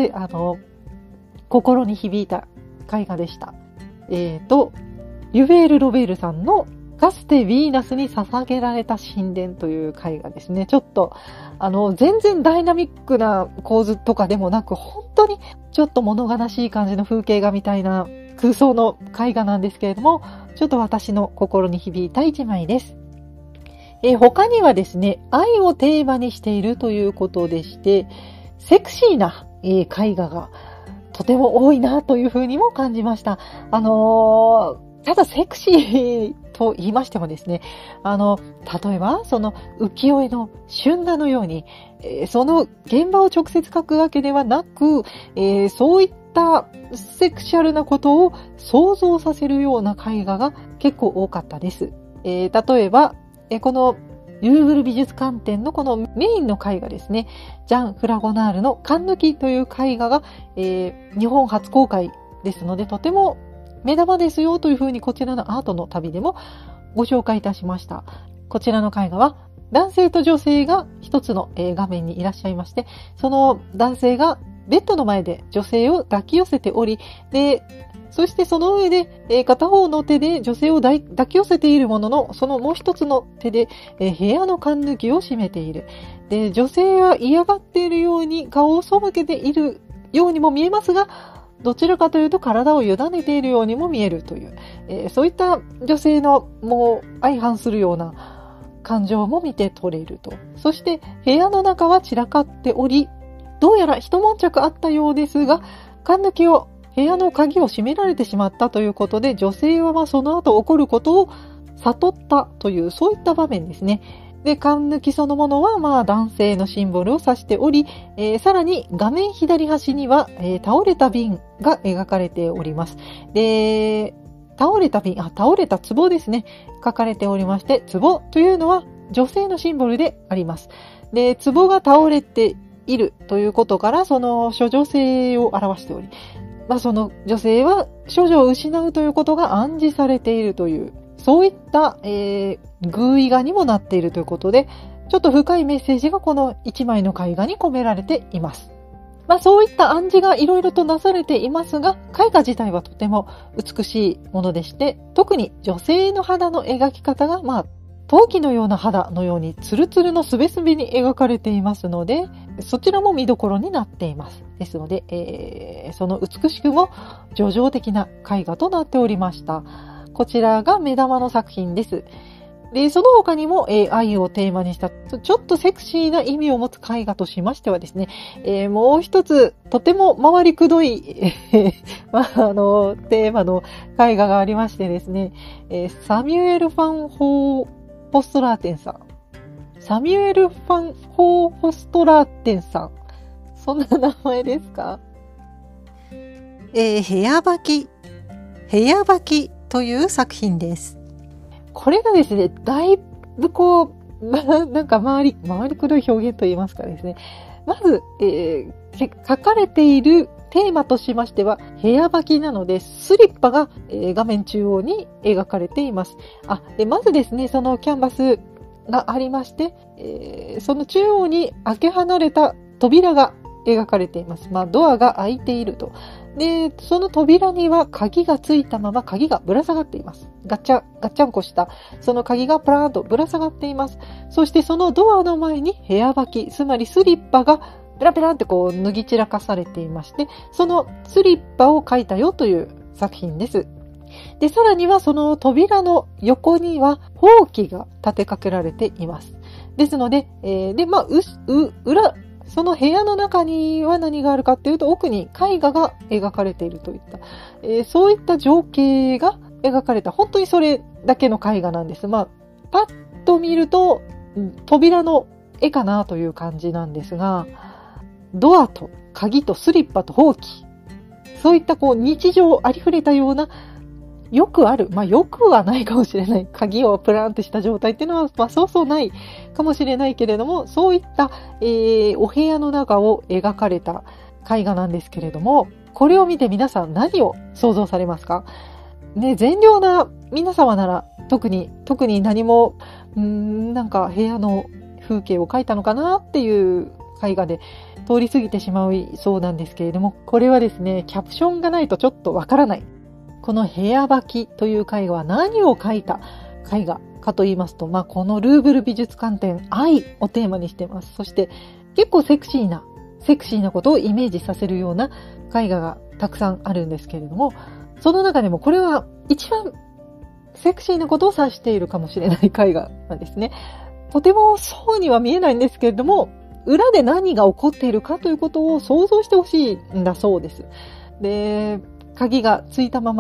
あの、心に響いた絵画でした。えっと、ユベール・ロベールさんのかつてヴィーナスに捧げられた神殿という絵画ですね。ちょっと、あの、全然ダイナミックな構図とかでもなく、本当にちょっと物悲しい感じの風景画みたいな空想の絵画なんですけれども、ちょっと私の心に響いた一枚です。えー、他にはですね、愛をテーマにしているということでして、セクシーな、えー、絵画がとても多いなというふうにも感じました。あのーただセクシーと言いましてもですね、あの、例えばその浮世絵の春画のように、えー、その現場を直接描くわけではなく、えー、そういったセクシャルなことを想像させるような絵画が結構多かったです。えー、例えば、えー、このルーブル美術館展のこのメインの絵画ですね、ジャン・フラゴナールの缶抜きという絵画が、えー、日本初公開ですので、とても目玉ですよというふうにこちらのアートの旅でもご紹介いたしました。こちらの絵画は男性と女性が一つの画面にいらっしゃいまして、その男性がベッドの前で女性を抱き寄せており、で、そしてその上で片方の手で女性を抱き寄せているものの、そのもう一つの手で部屋の缶抜きを締めている。で、女性は嫌がっているように顔を背けているようにも見えますが、どちらかというと体を委ねているようにも見えるという、えー、そういった女性のもう相反するような感情も見て取れると。そして部屋の中は散らかっており、どうやら一悶着あったようですが、缶抜きを部屋の鍵を閉められてしまったということで、女性はまあその後起こることを悟ったという、そういった場面ですね。で、缶抜きそのものは、まあ、男性のシンボルを指しており、えー、さらに画面左端には、えー、倒れた瓶が描かれております。で、倒れた瓶、あ、倒れた壺ですね。書かれておりまして、壺というのは女性のシンボルであります。で、壺が倒れているということから、その処女性を表しており、まあ、その女性は処女を失うということが暗示されているという、そういった、えー、寓意画にもなっているということで、ちょっと深いメッセージがこの一枚の絵画に込められています。まあそういった暗示がいろいろとなされていますが、絵画自体はとても美しいものでして、特に女性の肌の描き方が、まあ、陶器のような肌のようにツルツルのすべすべに描かれていますので、そちらも見どころになっています。ですので、えー、その美しくも叙情的な絵画となっておりました。こちらが目玉の作品です。で、その他にも、えー、愛をテーマにしたちょっとセクシーな意味を持つ絵画としましてはですね、えー、もう一つとても回りくどい、えーまあ、あのテーマの絵画がありましてですね、えー、サミュエル・ファン・ホー・ホストラーテンさん。サミュエル・ファン・ホー・ホストラーテンさん。そんな名前ですか？えー、部屋履き。部屋履きという作品です。これがですね、だいぶこう、なんか回り、回りくどい表現といいますかですね。まず、えー、書かれているテーマとしましては、部屋履きなので、スリッパが、えー、画面中央に描かれています。あ、で、まずですね、そのキャンバスがありまして、えー、その中央に開け離れた扉が描かれています。まあ、ドアが開いていると。で、その扉には鍵がついたまま鍵がぶら下がっています。ガッチャ、ガッチャンコした、その鍵がプラーンとぶら下がっています。そしてそのドアの前に部屋履き、つまりスリッパがペラペラってこう脱ぎ散らかされていまして、そのスリッパを描いたよという作品です。で、さらにはその扉の横にはほうきが立てかけられています。ですので、えー、で、まあ、う、う、裏、その部屋の中には何があるかっていうと、奥に絵画が描かれているといった、えー、そういった情景が描かれた、本当にそれだけの絵画なんです。まあ、パッと見ると、扉の絵かなという感じなんですが、ドアと鍵とスリッパとほうき、そういったこう日常ありふれたような、よくある、まあよくはないかもしれない。鍵をプランとした状態っていうのは、まあそうそうないかもしれないけれども、そういった、えー、お部屋の中を描かれた絵画なんですけれども、これを見て皆さん何を想像されますか？ね、善良な皆様なら特に、特に何も、うーん、なんか部屋の風景を描いたのかなっていう絵画で通り過ぎてしまいそうなんですけれども、これはですね、キャプションがないとちょっとわからない。この部屋履きという絵画は何を描いた絵画かと言いますと、まあ、このルーブル美術館展、愛をテーマにしています。そして結構セクシーな、セクシーなことをイメージさせるような絵画がたくさんあるんですけれども、その中でもこれは一番セクシーなことを指しているかもしれない絵画なんですね。とてもそうには見えないんですけれども、裏で何が起こっているかということを想像してほしいんだそうです。で、鍵がついたまま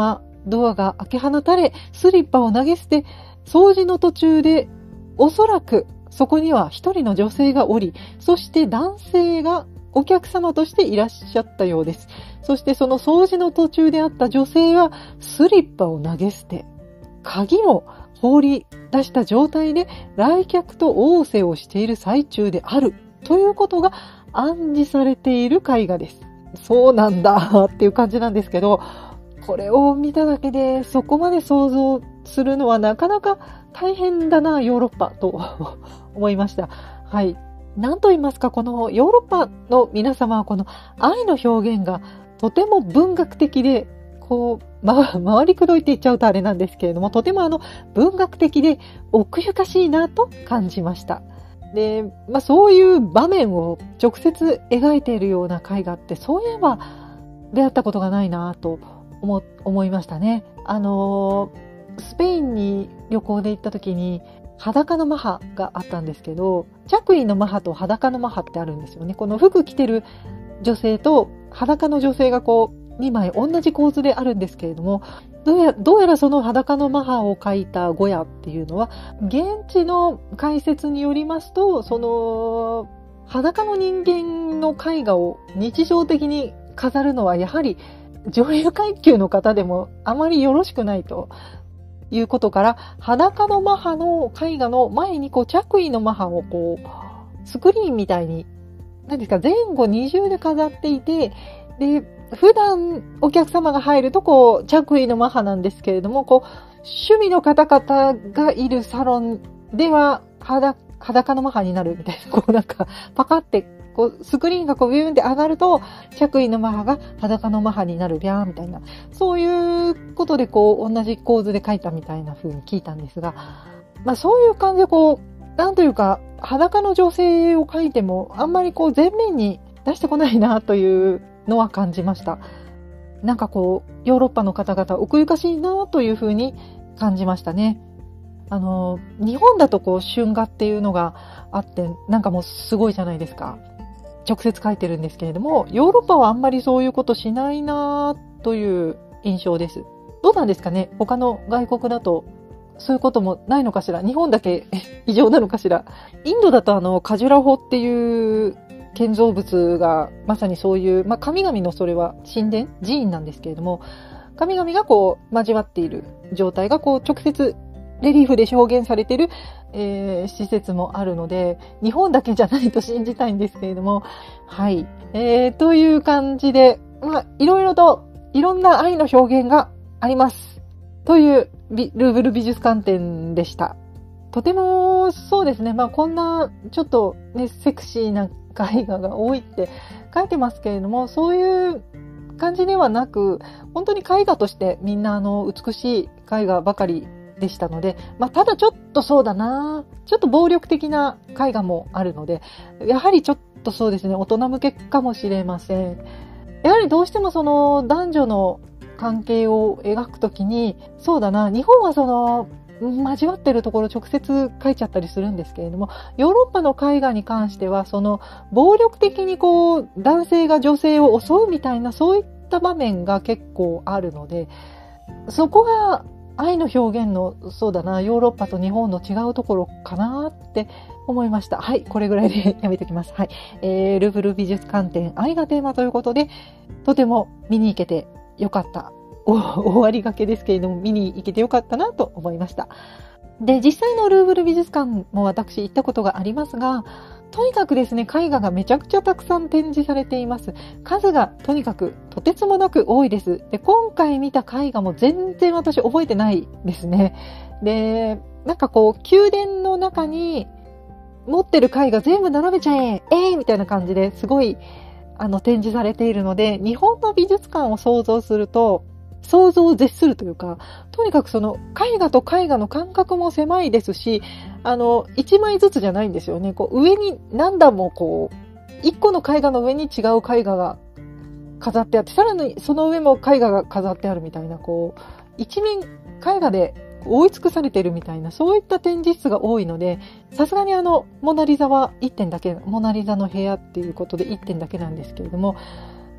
ドアが開け放たれ、スリッパを投げ捨て、掃除の途中で、おそらくそこには一人の女性がおり、そして男性がお客様としていらっしゃったようです。そしてその掃除の途中であった女性は、スリッパを投げ捨て、鍵も放り出した状態で来客と仰せをしている最中であるということが暗示されている絵画です。そうなんだっていう感じなんですけど、これを見ただけでそこまで想像するのはなかなか大変だな、ヨーロッパと思いました。はい。なんと言いますか、このヨーロッパの皆様はこの愛の表現がとても文学的で、こう、ま、回りくどいって言っちゃうとあれなんですけれども、とてもあの文学的で奥ゆかしいなと感じました。で、まあそういう場面を直接描いているような絵画ってそういえば出会ったことがないなと思、思いましたね。あのー、スペインに旅行で行った時に裸のマハがあったんですけど、着衣のマハと裸のマハってあるんですよね。この服着てる女性と裸の女性がこうにまい同じ構図であるんですけれども、どうや、どうやらその裸のマハを描いたゴヤっていうのは、現地の解説によりますと、その裸の人間の絵画を日常的に飾るのはやはり上流階級の方でもあまりよろしくないということから、裸のマハの絵画の前にこう着衣のマハをこうスクリーンみたいに何ですか、前後二重で飾っていて、で普段お客様が入るとこう着衣のマハなんですけれども、こう趣味の方々がいるサロンでは 裸, 裸のマハになるみたいな、こうなんかパカってこうスクリーンがこうビューンって上がると着衣のマハが裸のマハになるビャーみたいな、そういうことでこう同じ構図で描いたみたいな風に聞いたんですが、まあそういう感じでこうなんというか裸の女性を描いてもあんまりこう前面に出してこないなというのは感じました。なんかこうヨーロッパの方々奥ゆかしいなというふうに感じましたね。あの日本だとこう春画っていうのがあってなんかもうすごいじゃないですか。直接描いてるんですけれども、ヨーロッパはあんまりそういうことしないなという印象です。どうなんですかね。他の外国だとそういうこともないのかしら。日本だけ異常なのかしら。インドだとあのカジュラホっていう建造物がまさにそういう、まあ、神々のそれは神殿寺院なんですけれども、神々がこう交わっている状態がこう直接レリーフで表現されている、えー、施設もあるので、日本だけじゃないと信じたいんですけれども、はい、えー、という感じで、まあ、いろいろといろんな愛の表現がありますというルーブル美術館展でした。とてもそうですね、まあこんなちょっとねセクシーな絵画が多いって書いてますけれども、そういう感じではなく、本当に絵画としてみんなあの美しい絵画ばかりでしたので、まあただちょっとそうだな、ちょっと暴力的な絵画もあるので、やはりちょっとそうですね、大人向けかもしれません。やはりどうしてもその男女の関係を描くときに、そうだな、日本はその交わってるところ直接描いちゃったりするんですけれども、ヨーロッパの絵画に関してはその暴力的にこう男性が女性を襲うみたいなそういった場面が結構あるので、そこが愛の表現のそうだなヨーロッパと日本の違うところかなって思いました。はい、これぐらいでやめておきます。はい、えー、ルーブル美術館展愛がテーマということで、とても見に行けてよかった。終わりがけですけれども見に行けてよかったなと思いました。で、実際のルーブル美術館も私行ったことがありますが、とにかくですね、絵画がめちゃくちゃたくさん展示されています。数がとにかくとてつもなく多いです。で、今回見た絵画も全然私覚えてないですね。で、なんかこう宮殿の中に持ってる絵画全部並べちゃええー、みたいな感じですごいあの展示されているので、日本の美術館を想像すると想像を絶するというか、とにかくその絵画と絵画の間隔も狭いですし、あの一枚ずつじゃないんですよね。こう上に何段もこう一個の絵画の上に違う絵画が飾ってあって、さらにその上も絵画が飾ってあるみたいな、こう一面絵画で覆い尽くされているみたいな、そういった展示室が多いので、さすがにあのモナリザはいってんだけ、モナリザの部屋っていうことでいってんだけなんですけれども、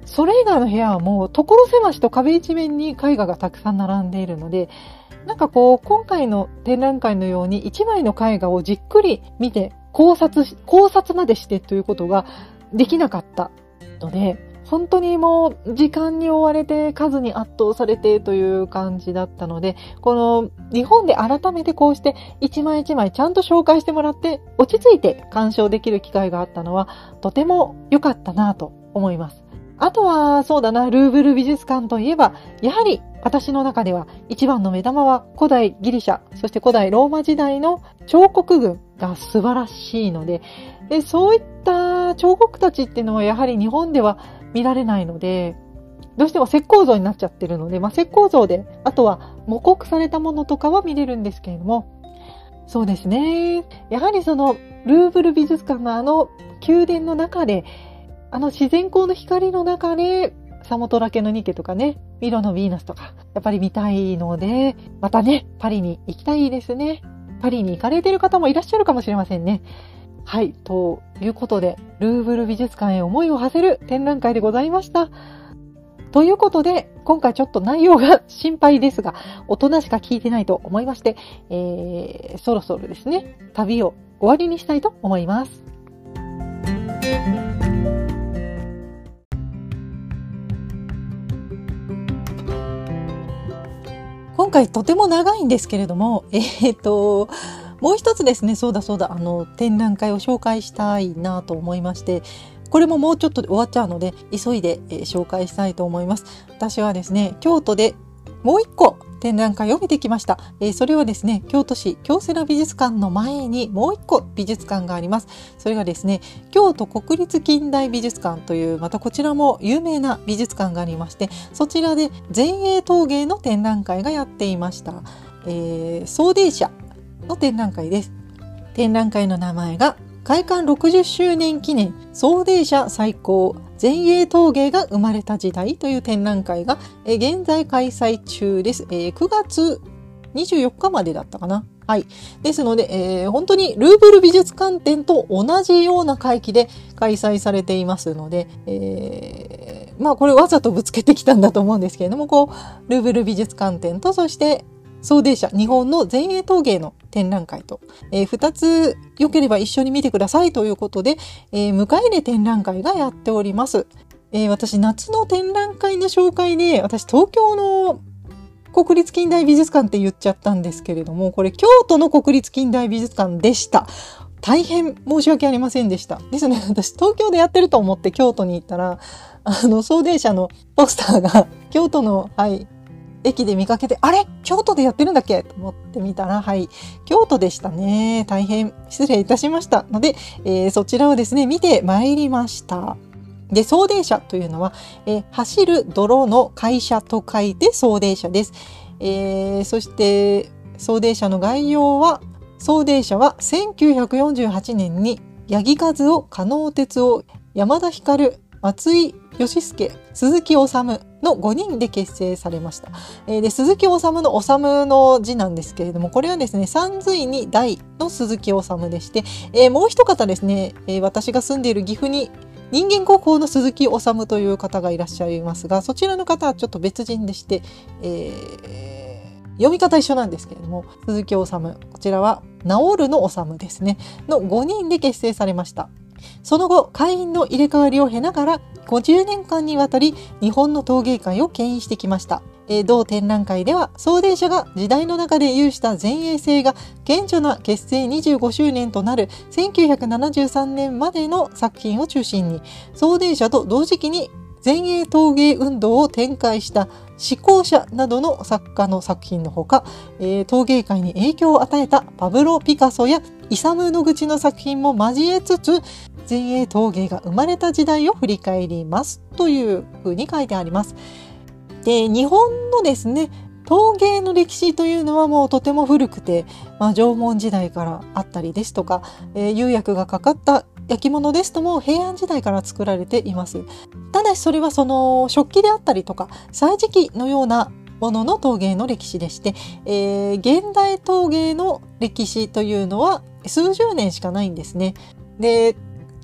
それ以外の部屋はもう所狭しと壁一面に絵画がたくさん並んでいるので、なんかこう今回の展覧会のように一枚の絵画をじっくり見て考察し、考察までしてということができなかったので、本当にもう時間に追われて数に圧倒されてという感じだったので、この日本で改めてこうして一枚一枚ちゃんと紹介してもらって落ち着いて鑑賞できる機会があったのはとても良かったなと思います。あとはそうだな、ルーブル美術館といえばやはり私の中では一番の目玉は古代ギリシャ、そして古代ローマ時代の彫刻群が素晴らしいので、でそういった彫刻たちっていうのはやはり日本では見られないので、どうしても石膏像になっちゃってるので、まあ、石膏像で、あとは模刻されたものとかは見れるんですけれども、そうですね。やはりそのルーブル美術館のあの宮殿の中で、あの自然光の光の中で、サモトラケのニケとかね、ミロのヴィーナスとか、やっぱり見たいので、またね、パリに行きたいですね。パリに行かれている方もいらっしゃるかもしれませんね。はい。ということで、ルーブル美術館へ思いを馳せる展覧会でございました。ということで、今回ちょっと内容が心配ですが、大人しか聞いてないと思いまして、えー、そろそろですね、旅を終わりにしたいと思います。今回とても長いんですけれども、えーと、もう一つですね、そうだそうだ、あの、展覧会を紹介したいなと思いまして、これももうちょっとで終わっちゃうので、急いで、えー、紹介したいと思います。私はですね、京都でもう一個展覧会を見てきました。えー、それはですね、京都市京セラ美術館の前にもう一個美術館があります。それがですね、京都国立近代美術館という、またこちらも有名な美術館がありまして、そちらで前衛陶芸の展覧会がやっていました。えー、送電車の展覧会です。展覧会の名前が開館ろくじゅっしゅうねん記念送電車最高前衛陶芸が生まれた時代という展覧会が、えー、現在開催中です。えー、くがつにじゅうよっかまでだったかな。はい。ですので、えー、本当にルーブル美術館展と同じような会期で開催されていますので、えー、まあこれわざとぶつけてきたんだと思うんですけれども、こうルーブル美術館展とそして送電車、日本の前衛陶芸の展覧会と、えー、ふたつ良ければ一緒に見てくださいということで、えー、向かいで展覧会がやっております。えー、私、夏の展覧会の紹介で、私、東京の国立近代美術館って言っちゃったんですけれども、これ、京都の国立近代美術館でした。大変申し訳ありませんでした。ですね、私、東京でやってると思って京都に行ったら、あの、送電車のポスターが、京都の、はい、駅で見かけて、あれ京都でやってるんだっけと思ってみたら、はい、京都でしたね。大変失礼いたしましたので、えー、そちらをですね、見てまいりました。で、送電車というのは、えー、走る泥の会社と書いて送電車です。えー、そして、送電車の概要は、送電車はせんきゅうひゃくよんじゅうはちねんに八木和夫、加納哲夫、山田光、松井義介、鈴木治のごにんで結成されました。えー、で鈴木治の治の字なんですけれども、これはですね、三髄に大の鈴木治でして、えー、もう一方ですね、えー、私が住んでいる岐阜に人間国宝の鈴木治という方がいらっしゃいますが、そちらの方はちょっと別人でして、えー、読み方一緒なんですけれども、鈴木治、こちらは治るの治ですね、のごにんで結成されました。その後、会員の入れ替わりを経ながらごじゅうねんかんにわたり日本の陶芸界を牽引してきました。えー、同展覧会では送電車が時代の中で有した前衛性が顕著な結成にじゅうごしゅうねんとなるせんきゅうひゃくななじゅうさんねんまでの作品を中心に、送電車と同時期に前衛陶芸運動を展開した思考者などの作家の作品のほか、えー、陶芸界に影響を与えたパブロ・ピカソやイサム・ノグチの作品も交えつつ、前衛陶芸が生まれた時代を振り返りますというふうに書いてあります。で、日本のですね、陶芸の歴史というのはもうとても古くて、まあ、縄文時代からあったりですとか、えー、釉薬がかかった焼き物ですとも平安時代から作られています。ただしそれはその食器であったりとか歳時記のようなものの陶芸の歴史でして、えー、現代陶芸の歴史というのは数十年しかないんですね。で、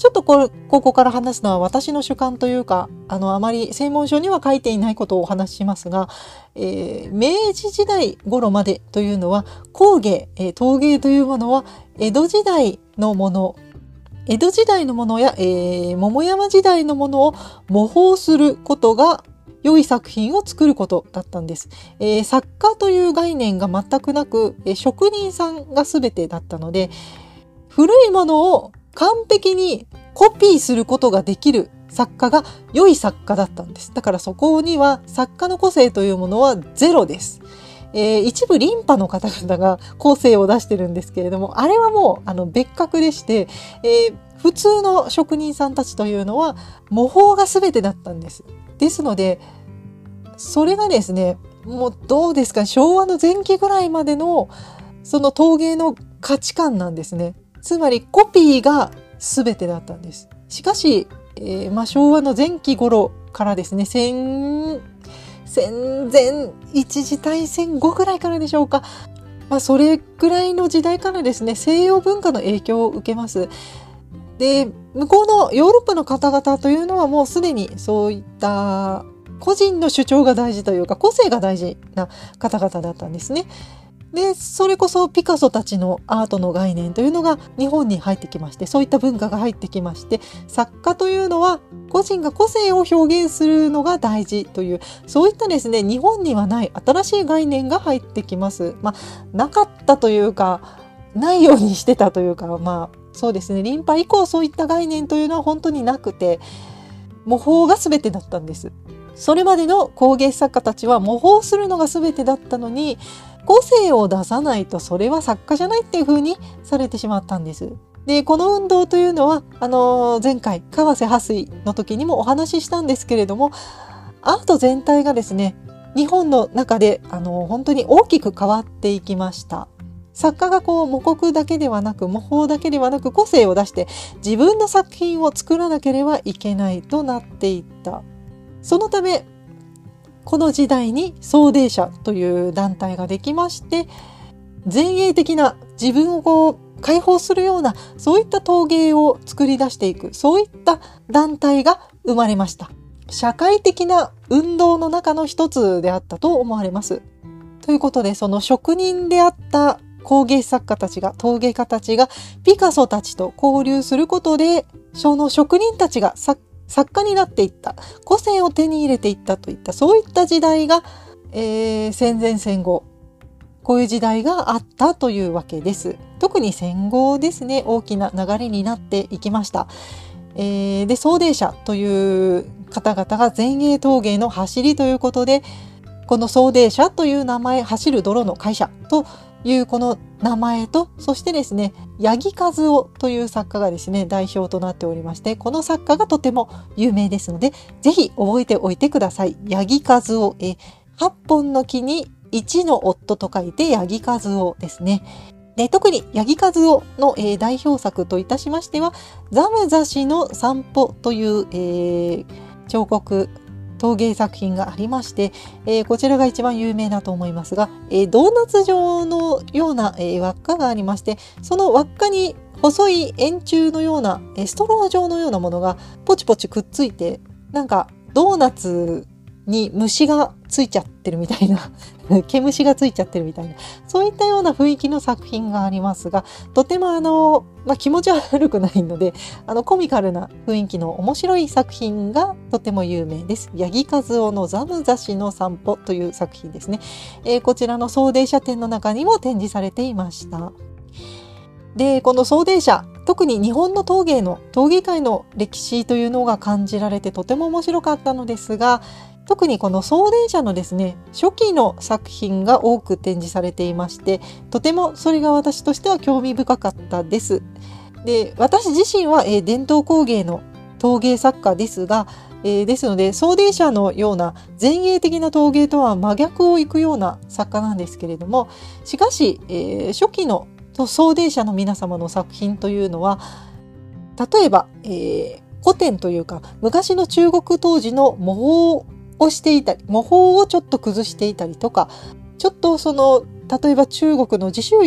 ちょっとこれここから話すのは私の主観というか、あのあまり専門書には書いていないことをお話ししますが、えー、明治時代頃までというのは工芸、えー、陶芸というものは江戸時代のもの、江戸時代のものや、えー、桃山時代のものを模倣することが良い作品を作ることだったんです。えー、作家という概念が全くなく、えー、職人さんが全てだったので、古いものを完璧にコピーすることができる作家が良い作家だったんです。だからそこには作家の個性というものはゼロです。えー、一部リンパの方々が個性を出してるんですけれども、あれはもうあの別格でして、えー、普通の職人さんたちというのは模倣が全てだったんです。ですので、それがですね、もうどうですか、昭和の前期ぐらいまでのその陶芸の価値観なんですね。つまりコピーが全てだったんです。しかし、えーまあ、昭和の前期頃からですね、戦戦前一次大戦後ぐらいからでしょうか、まあ、それぐらいの時代からですね、西洋文化の影響を受けます。で、向こうのヨーロッパの方々というのはもうすでにそういった個人の主張が大事というか個性が大事な方々だったんですね。で、それこそピカソたちのアートの概念というのが日本に入ってきまして、そういった文化が入ってきまして、作家というのは個人が個性を表現するのが大事という、そういったですね、日本にはない新しい概念が入ってきます。まあ、なかったというか、ないようにしてたというか、まあ、そうですね、リンパ以降そういった概念というのは本当になくて、模倣が全てだったんです。それまでの工芸作家たちは模倣するのが全てだったのに、個性を出さないとそれは作家じゃないっていう風にされてしまったんです。で、この運動というのは、あのー、前回、川瀬破水の時にもお話ししたんですけれども、アート全体がですね、日本の中で、あのー、本当に大きく変わっていきました。作家がこう模刻だけではなく、模倣だけではなく、個性を出して自分の作品を作らなければいけないとなっていった。そのため、この時代に奏詠社という団体ができまして、前衛的な自分をこう解放するような、そういった陶芸を作り出していく、そういった団体が生まれました。社会的な運動の中の一つであったと思われます。ということで、その職人であった工芸作家たちが、陶芸家たちがピカソたちと交流することで、その職人たちが作作家になっていった、個性を手に入れていったといった、そういった時代が、えー、戦前戦後、こういう時代があったというわけです。特に戦後ですね、大きな流れになっていきました。えー、で、奏詠社という方々が前衛陶芸の走りということで、この奏詠社という名前、走る泥の会社というこの名前と、そしてですね、八木和夫という作家がですね、代表となっておりまして、この作家がとても有名ですので、ぜひ覚えておいてください。八木和夫、え八本の木に一の夫と書いて八木和夫ですね。で、特に八木和夫の、えー、代表作といたしましては、ザムザ氏の散歩という、えー、彫刻陶芸作品がありまして、えー、こちらが一番有名だと思いますが、えー、ドーナツ状のような、えー、輪っかがありまして、その輪っかに細い円柱のような、えー、ストロー状のようなものがポチポチくっついて、なんかドーナツに虫がついちゃってるみたいな毛虫がついちゃってるみたいな、そういったような雰囲気の作品がありますが、とてもあの、まあ、気持ち悪くないので、あのコミカルな雰囲気の面白い作品がとても有名です。八木和夫のザムザ氏の散歩という作品ですね。えー、こちらの奏詠社展の中にも展示されていました。で、この奏詠社、特に日本の陶芸の陶芸界の歴史というのが感じられてとても面白かったのですが、特にこの奏詠社のですね、初期の作品が多く展示されていまして、とてもそれが私としては興味深かったです。で、私自身は、えー、伝統工芸の陶芸作家ですが、えー、ですので奏詠社のような前衛的な陶芸とは真逆をいくような作家なんですけれども、しかし、えー、初期の奏詠社の皆様の作品というのは、例えば、えー、古典というか昔の中国陶磁の模倣をしていたり、模倣をちょっと崩していたりとか、ちょっとその例えば中国の自州窯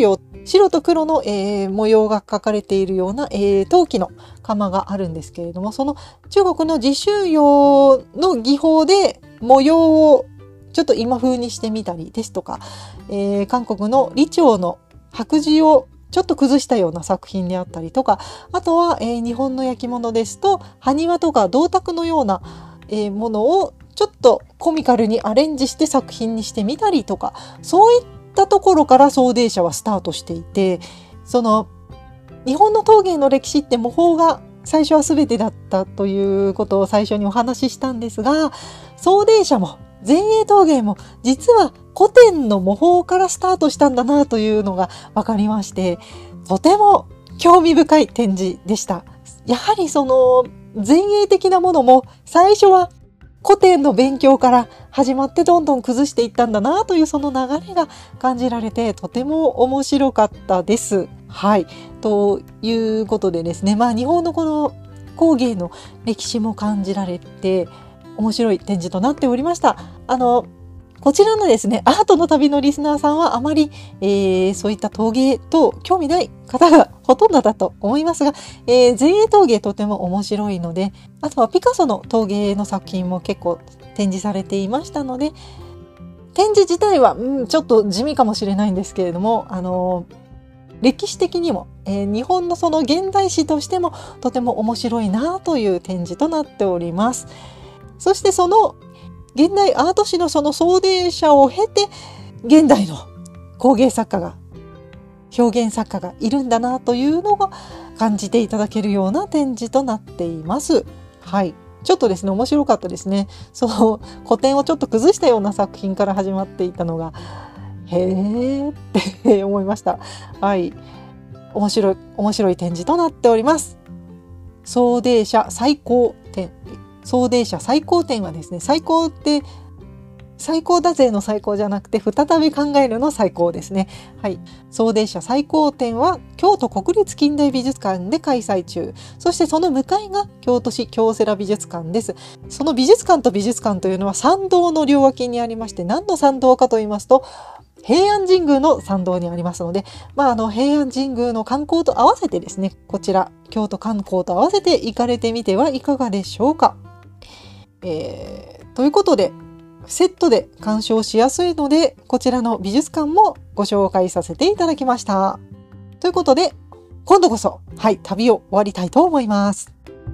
白と黒の、えー、模様が描かれているような、えー、陶器の窯があるんですけれども、その中国の自州窯の技法で模様をちょっと今風にしてみたりですとか、えー、韓国の李朝の白磁をちょっと崩したような作品であったりとか、あとは、えー、日本の焼き物ですと埴輪とか銅鐸のような、えー、ものをちょっとコミカルにアレンジして作品にしてみたりとか、そういったところから送泥社はスタートしていて、その日本の陶芸の歴史って模倣が最初は全てだったということを最初にお話ししたんですが、送泥社も前衛陶芸も実は古典の模倣からスタートしたんだなというのが分かりまして、とても興味深い展示でした。やはりその前衛的なものも最初は古典の勉強から始まってどんどん崩していったんだなというその流れが感じられて、とても面白かったです。はい。ということでですね、まあ日本のこの工芸の歴史も感じられて面白い展示となっておりました。あの、こちらのですね、アートの旅のリスナーさんはあまり、えー、そういった陶芸と興味ない方がほとんどだと思いますが、えー、前衛陶芸とても面白いので、あとはピカソの陶芸の作品も結構展示されていましたので、展示自体は、うん、ちょっと地味かもしれないんですけれども、あのー、歴史的にも、えー、日本のその現代史としてもとても面白いなという展示となっております。そしてその現代アート史のその送泥社を経て、現代の工芸作家が、表現作家がいるんだなというのが感じていただけるような展示となっています。はい。ちょっとですね、面白かったですね。その古典をちょっと崩したような作品から始まっていたのが、へーって思いました。はい。面白い、面白い展示となっております。送泥社最高展。送泥社最高展はですね、最高って最高だぜの最高じゃなくて再び考えるの最高ですね。はい。送泥社最高展は京都国立近代美術館で開催中。そしてその向かいが京都市京セラ美術館です。その美術館と美術館というのは参道の両脇にありまして、何の参道かと言いますと、平安神宮の参道にありますので、まあ、あの平安神宮の観光と合わせてですね、こちら京都観光と合わせて行かれてみてはいかがでしょうか。えー、ということでセットで鑑賞しやすいので、こちらの美術館もご紹介させていただきました。ということで今度こそ、はい、旅を終わりたいと思います。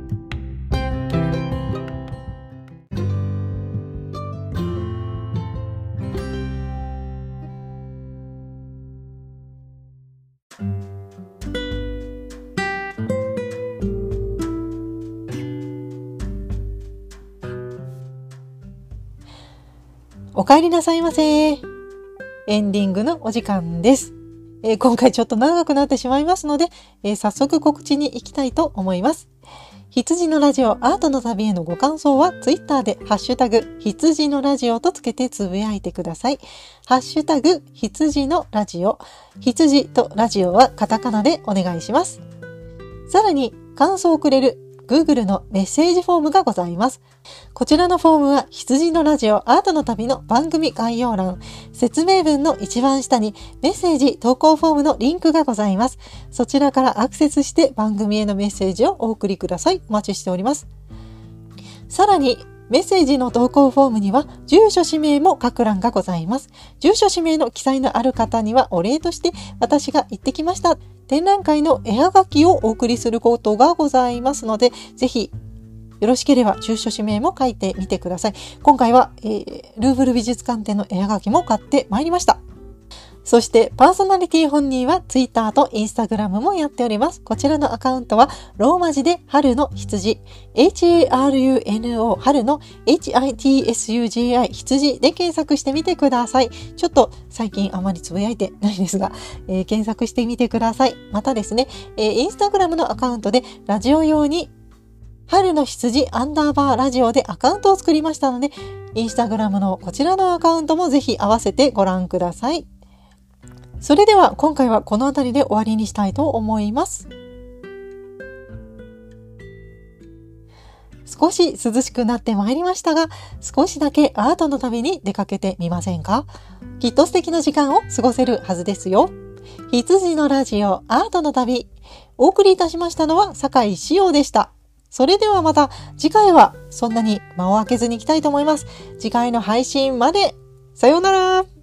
お帰りなさいませ。エンディングのお時間です。えー、今回ちょっと長くなってしまいますので、えー、早速告知に行きたいと思います。羊のラジオアートの旅へのご感想はツイッターでハッシュタグ羊のラジオとつけてつぶやいてください。ハッシュタグ羊のラジオ、羊とラジオはカタカナでお願いします。さらに感想をくれるGoogle のメッセージフォームがございます。こちらのフォームは羊のラジオアートの旅の番組概要欄、説明文の一番下にメッセージ投稿フォームのリンクがございます。そちらからアクセスして番組へのメッセージをお送りください。お待ちしております。さらにメッセージの投稿フォームには住所氏名も書く欄がございます。住所氏名の記載のある方にはお礼として私が行ってきました展覧会の絵はがきをお送りすることがございますので、ぜひよろしければ住所氏名も書いてみてください。今回は、えー、ルーヴル美術館展の絵はがきも買ってまいりました。そしてパーソナリティ本人は Twitter と Instagram もやっております。こちらのアカウントはローマ字で春の羊 エイチエーアールユーエヌオー 春の エイチアイティーエスユージェーアイ 羊で検索してみてください。ちょっと最近あまりつぶやいてないですが、えー、検索してみてください。またですね、えー、Instagram のアカウントでラジオ用に春の羊アンダーバーラジオでアカウントを作りましたので、インスタグラムのこちらのアカウントもぜひ合わせてご覧ください。それでは今回はこの辺りで終わりにしたいと思います。少し涼しくなってまいりましたが、少しだけアートの旅に出かけてみませんか？きっと素敵な時間を過ごせるはずですよ。 羊のラジオアートの旅。お送りいたしましたのは酒井しおうでした。それではまた次回はそんなに間を空けずにいきたいと思います。次回の配信まで。さようなら。